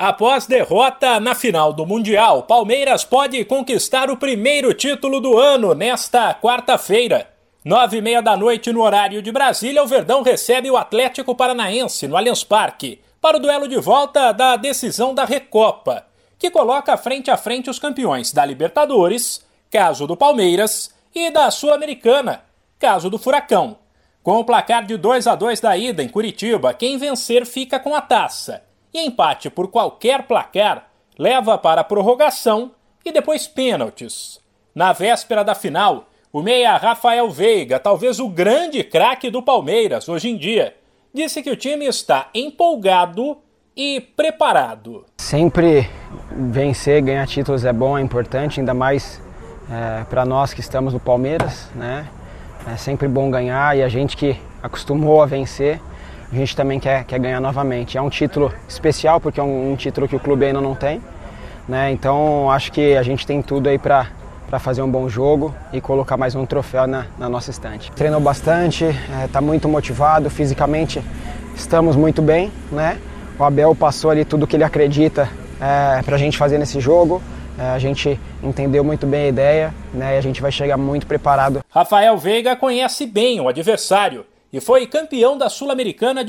Após derrota na final do Mundial, Palmeiras pode conquistar o primeiro título do ano nesta quarta-feira. 9h30 da noite no horário de Brasília, o Verdão recebe o Atlético Paranaense no Allianz Parque para o duelo de volta da decisão da Recopa, que coloca frente a frente os campeões da Libertadores, caso do Palmeiras, e da Sul-Americana, caso do Furacão. Com o placar de 2-2 da ida em Curitiba, quem vencer fica com a taça. E empate por qualquer placar leva para a prorrogação e depois pênaltis. Na véspera da final, o meia Rafael Veiga, talvez o grande craque do Palmeiras hoje em dia, disse que o time está empolgado e preparado. Sempre vencer, ganhar títulos é bom, é importante, ainda mais para nós que estamos no Palmeiras, né? É sempre bom ganhar e a gente que acostumou a vencer, a gente também quer ganhar novamente. É um título especial porque é um título que o clube ainda não tem, né? Então acho que a gente tem tudo aí para fazer um bom jogo e colocar mais um troféu na nossa estante. Treinou bastante, está muito motivado, fisicamente estamos muito bem, né? O Abel passou ali tudo que ele acredita para a gente fazer nesse jogo. A gente entendeu muito bem a ideia, né? E a gente vai chegar muito preparado. Rafael Veiga conhece bem o adversário e foi campeão da Sul-Americana de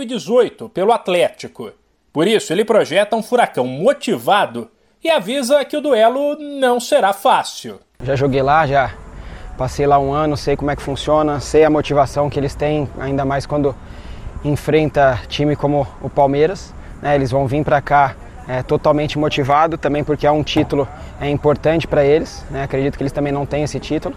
2018 pelo Atlético. Por isso, ele projeta um Furacão motivado e avisa que o duelo não será fácil. Já joguei lá, já passei lá um ano, sei como é que funciona, sei a motivação que eles têm, ainda mais quando enfrenta time como o Palmeiras, né? Eles vão vir para cá totalmente motivados, também porque é um título importante para eles, né? Acredito que eles também não têm esse título.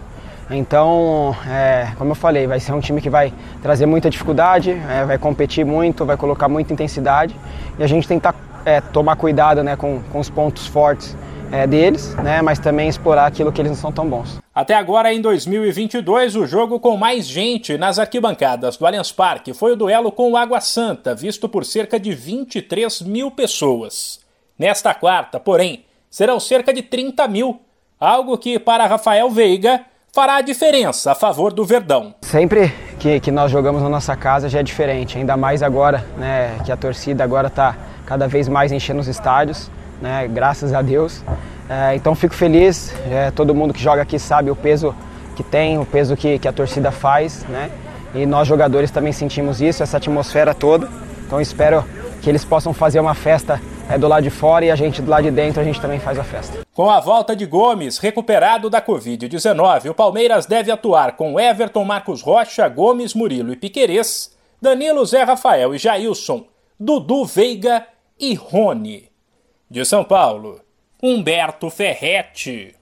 Então, como eu falei, vai ser um time que vai trazer muita dificuldade, vai competir muito, vai colocar muita intensidade e a gente tentar tomar cuidado, né, com os pontos fortes deles, né, mas também explorar aquilo que eles não são tão bons. Até agora, em 2022, o jogo com mais gente nas arquibancadas do Allianz Parque foi o duelo com o Água Santa, visto por cerca de 23 mil pessoas. Nesta quarta, porém, serão cerca de 30 mil, algo que, para Rafael Veiga, fará a diferença a favor do Verdão. Sempre que nós jogamos na nossa casa já é diferente, ainda mais agora, né, que a torcida agora está cada vez mais enchendo os estádios, né, graças a Deus. Então fico feliz, todo mundo que joga aqui sabe o peso que tem, o peso que a torcida faz, né, e nós jogadores também sentimos isso, essa atmosfera toda. Então espero que eles possam fazer uma festa do lado de fora e a gente do lado de dentro a gente também faz a festa. Com a volta de Gomes, recuperado da Covid-19, o Palmeiras deve atuar com Everton, Marcos Rocha, Gomes, Murilo e Piquerez, Danilo, Zé Rafael e Jailson, Dudu, Veiga e Rony. De São Paulo, Humberto Ferretti.